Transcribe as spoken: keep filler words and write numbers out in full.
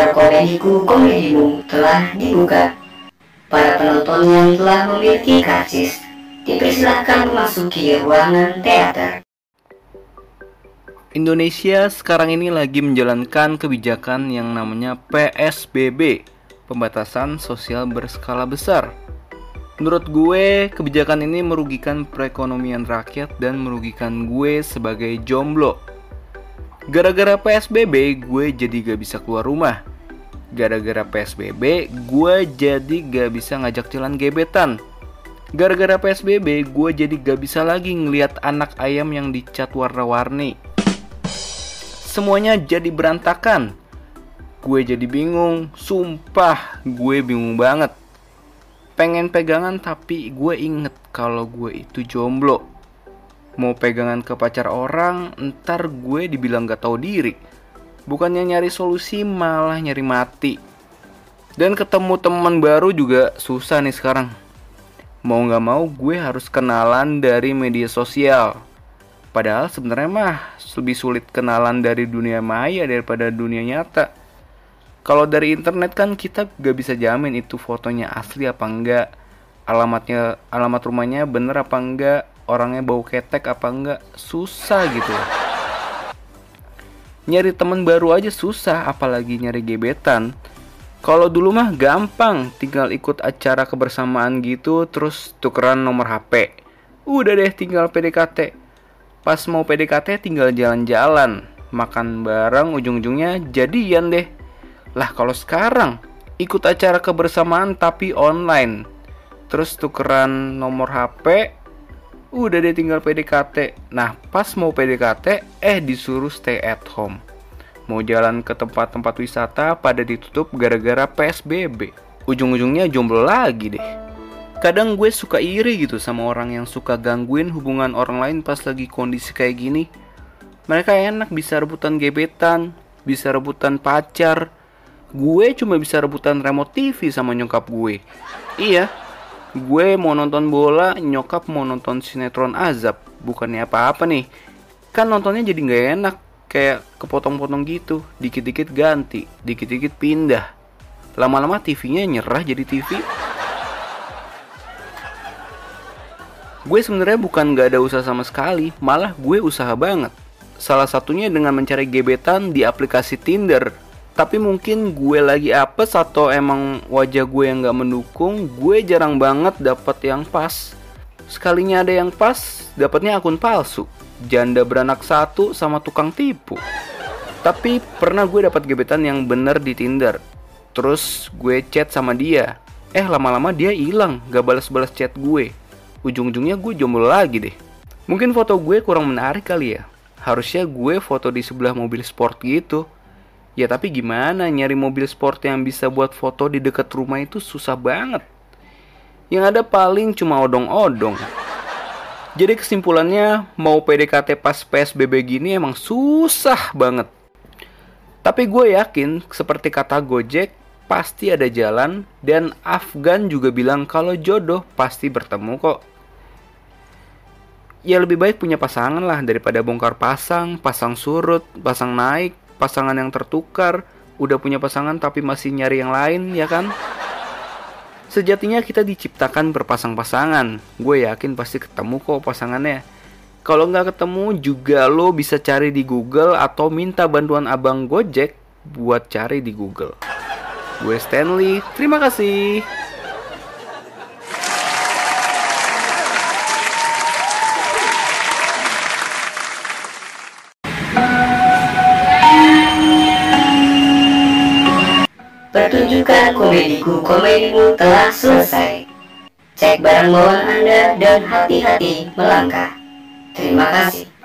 Daftar komediku komedimu telah dibuka. Para penonton yang telah memiliki karcis dipersilahkan memasuki ruangan teater. Indonesia sekarang ini lagi menjalankan kebijakan yang namanya P S B B, pembatasan sosial berskala besar. Menurut gue, kebijakan ini merugikan perekonomian rakyat dan merugikan gue sebagai jomblo. Gara-gara P S B B, gue jadi gak bisa keluar rumah. Gara-gara P S B B, gue jadi gak bisa ngajak jalan gebetan. Gara-gara P S B B, gue jadi gak bisa lagi ngelihat anak ayam yang dicat warna-warni. Semuanya jadi berantakan. Gue jadi bingung, sumpah gue bingung banget. Pengen pegangan tapi gue inget kalau gue itu jomblo. Mau pegangan ke pacar orang, ntar gue dibilang gak tahu diri. Bukannya nyari solusi, malah nyari mati. Dan ketemu teman baru juga susah nih sekarang. Mau gak mau gue harus kenalan dari media sosial. Padahal sebenarnya mah lebih sulit kenalan dari dunia maya daripada dunia nyata. Kalau dari internet kan kita gak bisa jamin itu fotonya asli apa enggak, alamatnya, alamat rumahnya bener apa enggak, orangnya bau ketek apa enggak, susah gitu. Nyari temen baru aja susah, apalagi nyari gebetan. Kalau dulu mah gampang, tinggal ikut acara kebersamaan gitu, terus tukeran nomor H P. Udah deh tinggal P D K T. Pas mau P D K T tinggal jalan-jalan, makan bareng, ujung-ujungnya jadian deh. Lah kalau sekarang ikut acara kebersamaan tapi online, terus tukeran nomor H P, udah deh tinggal P D K T. Nah pas mau P D K T, eh disuruh stay at home. Mau jalan ke tempat-tempat wisata pada ditutup gara-gara P S B B. Ujung-ujungnya jomblo lagi deh. Kadang gue suka iri gitu sama orang yang suka gangguin hubungan orang lain pas lagi kondisi kayak gini. Mereka enak bisa rebutan gebetan, bisa rebutan pacar. Gue cuma bisa rebutan remote T V sama nyokap gue. Iya, gue mau nonton bola, nyokap mau nonton sinetron azab. Bukannya apa-apa nih. Kan nontonnya jadi gak enak, kayak kepotong-potong gitu. Dikit-dikit ganti, dikit-dikit pindah. Lama-lama T V-nya nyerah jadi T V. Gue sebenarnya bukan gak ada usaha sama sekali, malah gue usaha banget. Salah satunya dengan mencari gebetan di aplikasi Tinder. Tapi mungkin gue lagi apes atau emang wajah gue yang gak mendukung, gue jarang banget dapet yang pas. Sekalinya ada yang pas, dapetnya akun palsu, janda beranak satu sama tukang tipu. Tapi pernah gue dapat gebetan yang bener di Tinder. Terus gue chat sama dia. Eh lama-lama dia hilang, gak balas-balas chat gue. Ujung-ujungnya gue jomblo lagi deh. Mungkin foto gue kurang menarik kali ya. Harusnya gue foto di sebelah mobil sport gitu. Ya tapi gimana, nyari mobil sport yang bisa buat foto di dekat rumah itu susah banget. Yang ada paling cuma odong-odong. Jadi kesimpulannya, mau P D K T pas P S B B gini emang susah banget. Tapi gue yakin, seperti kata Gojek, pasti ada jalan. Dan Afgan juga bilang kalau jodoh pasti bertemu kok. Ya lebih baik punya pasangan lah daripada bongkar pasang, pasang surut, pasang naik, pasangan yang tertukar. Udah punya pasangan tapi masih nyari yang lain, ya kan? Sejatinya kita diciptakan berpasang-pasangan. Gue yakin pasti ketemu kok pasangannya. Kalau nggak ketemu juga lo bisa cari di Google atau minta bantuan abang Gojek buat cari di Google. Gue Stanley, terima kasih. Pertunjukan komediku komedimu telah selesai. Cek barang bawaan Anda dan hati-hati melangkah. Terima kasih.